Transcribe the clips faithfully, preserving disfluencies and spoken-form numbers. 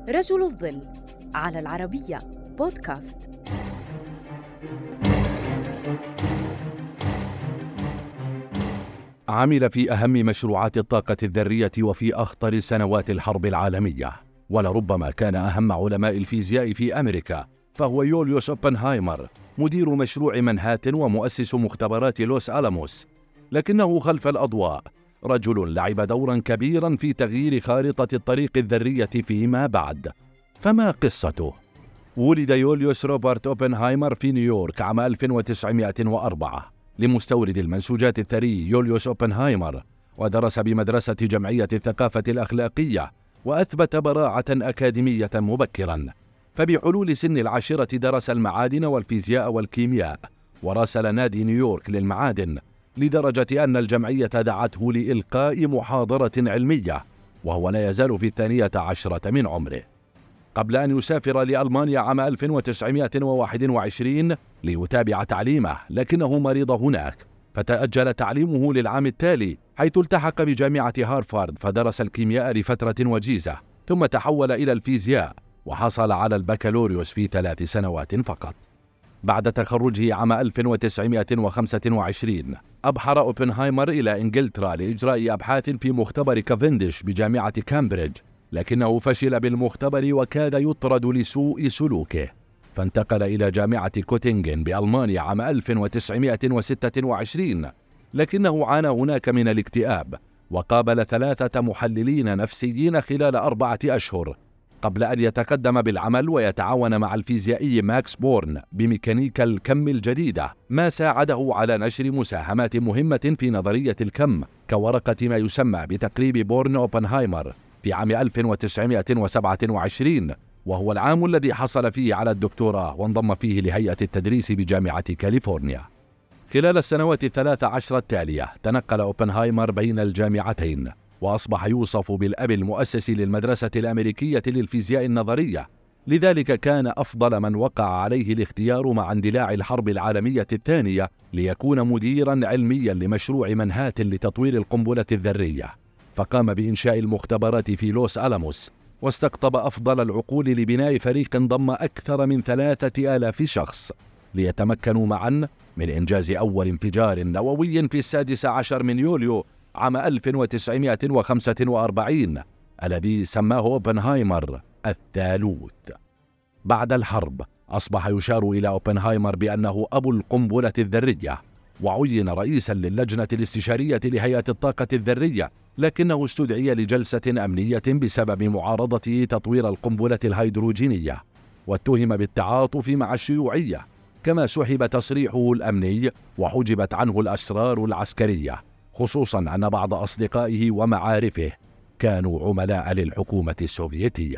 رجل الظل على العربية بودكاست. عمل في أهم مشروعات الطاقة الذرية وفي أخطر سنوات الحرب العالمية، ولربما كان أهم علماء الفيزياء في أمريكا، فهو يوليوس أوبنهايمر، مدير مشروع منهاتن ومؤسس مختبرات لوس ألاموس. لكنه خلف الأضواء رجل لعب دورا كبيرا في تغيير خارطة الطريق الذرية فيما بعد. فما قصته؟ ولد يوليوس روبرت أوبنهايمر في نيويورك عام ألف وتسعمائة وأربعة لمستورد المنسوجات الثري يوليوس أوبنهايمر، ودرس بمدرسة جمعية الثقافة الأخلاقية، وأثبت براعة أكاديمية مبكرا. فبحلول سن العاشرة درس المعادن والفيزياء والكيمياء، وراسل نادي نيويورك للمعادن، لدرجة أن الجمعية دعته لإلقاء محاضرة علمية وهو لا يزال في الثانية عشرة من عمره، قبل أن يسافر لألمانيا عام ألف وتسعمائة وواحد وعشرين ليتابع تعليمه، لكنه مرض هناك فتأجل تعليمه للعام التالي، حيث التحق بجامعة هارفارد فدرس الكيمياء لفترة وجيزة، ثم تحول إلى الفيزياء وحصل على البكالوريوس في ثلاث سنوات فقط. بعد تخرجه عام ألف وتسعمائة وخمسة وعشرين أبحر أوبنهايمر إلى إنجلترا لإجراء أبحاث في مختبر كافنديش بجامعة كامبريدج، لكنه فشل بالمختبر وكاد يطرد لسوء سلوكه، فانتقل إلى جامعة كوتنغن بألمانيا عام ألف وتسعمائة وستة وعشرين، لكنه عانى هناك من الاكتئاب، وقابل ثلاثة محللين نفسيين خلال أربعة أشهر قبل أن يتقدم بالعمل ويتعاون مع الفيزيائي ماكس بورن بميكانيكا الكم الجديدة، ما ساعده على نشر مساهمات مهمة في نظرية الكم كورقة ما يسمى بتقريب بورن أوبنهايمر في عام ألف وتسعمائة وسبعة وعشرين، وهو العام الذي حصل فيه على الدكتوراه وانضم فيه لهيئة التدريس بجامعة كاليفورنيا. خلال السنوات الثلاث عشر التالية تنقل أوبنهايمر بين الجامعتين، وأصبح يوصف بالأب المؤسس للمدرسة الأمريكية للفيزياء النظرية، لذلك كان أفضل من وقع عليه الاختيار مع اندلاع الحرب العالمية الثانية ليكون مديرا علميا لمشروع منهاتن لتطوير القنبلة الذرية، فقام بإنشاء المختبرات في لوس ألاموس، واستقطب أفضل العقول لبناء فريق ضم أكثر من ثلاثة آلاف شخص ليتمكنوا معا من إنجاز أول انفجار نووي في السادس عشر من يوليو عام ألف وتسعمائة وخمسة وأربعين الذي سماه أوبنهايمر الثالوث. بعد الحرب أصبح يشار إلى أوبنهايمر بأنه أبو القنبلة الذرية، وعين رئيسا للجنة الاستشارية لهيئة الطاقة الذرية، لكنه استدعي لجلسة أمنية بسبب معارضته تطوير القنبلة الهيدروجينية، واتهم بالتعاطف مع الشيوعية، كما سحب تصريحه الأمني وحجبت عنه الأسرار العسكرية، خصوصا أن بعض أصدقائه ومعارفه كانوا عملاء للحكومة السوفيتية.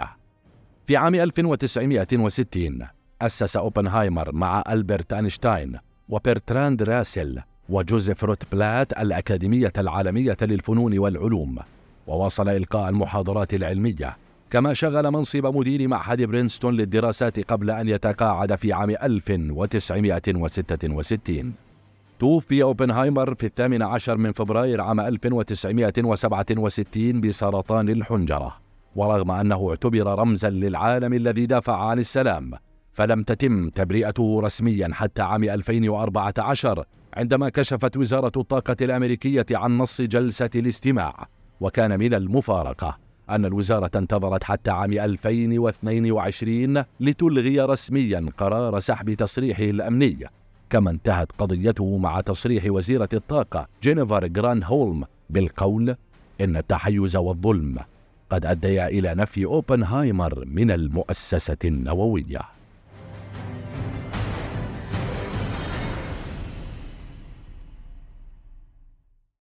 في عام ألف وتسعمائة وستين أسس أوبنهايمر مع ألبرت أينشتاين وبرتراند راسل وجوزيف روتبلات الأكاديمية العالمية للفنون والعلوم، وواصل إلقاء المحاضرات العلمية، كما شغل منصب مدير معهد برينستون للدراسات قبل أن يتقاعد في عام ألف وتسعمائة وستة وستين. توفي أوبنهايمر في الثامن عشر من فبراير عام ألف وتسعمائة وسبعة وستين بسرطان الحنجرة، ورغم أنه اعتبر رمزا للعالم الذي دافع عن السلام، فلم تتم تبرئته رسميا حتى عام ألفين وأربعة عشر، عندما كشفت وزارة الطاقة الأمريكية عن نص جلسة الاستماع، وكان من المفارقة أن الوزارة انتظرت حتى عام ألفين واثنين وعشرين لتلغي رسميا قرار سحب تصريحه الأمني، كما انتهت قضيته مع تصريح وزيرة الطاقة جينيفر غرانهولم بالقول إن التحيز والظلم قد أديا إلى نفي أوبنهايمر من المؤسسة النووية.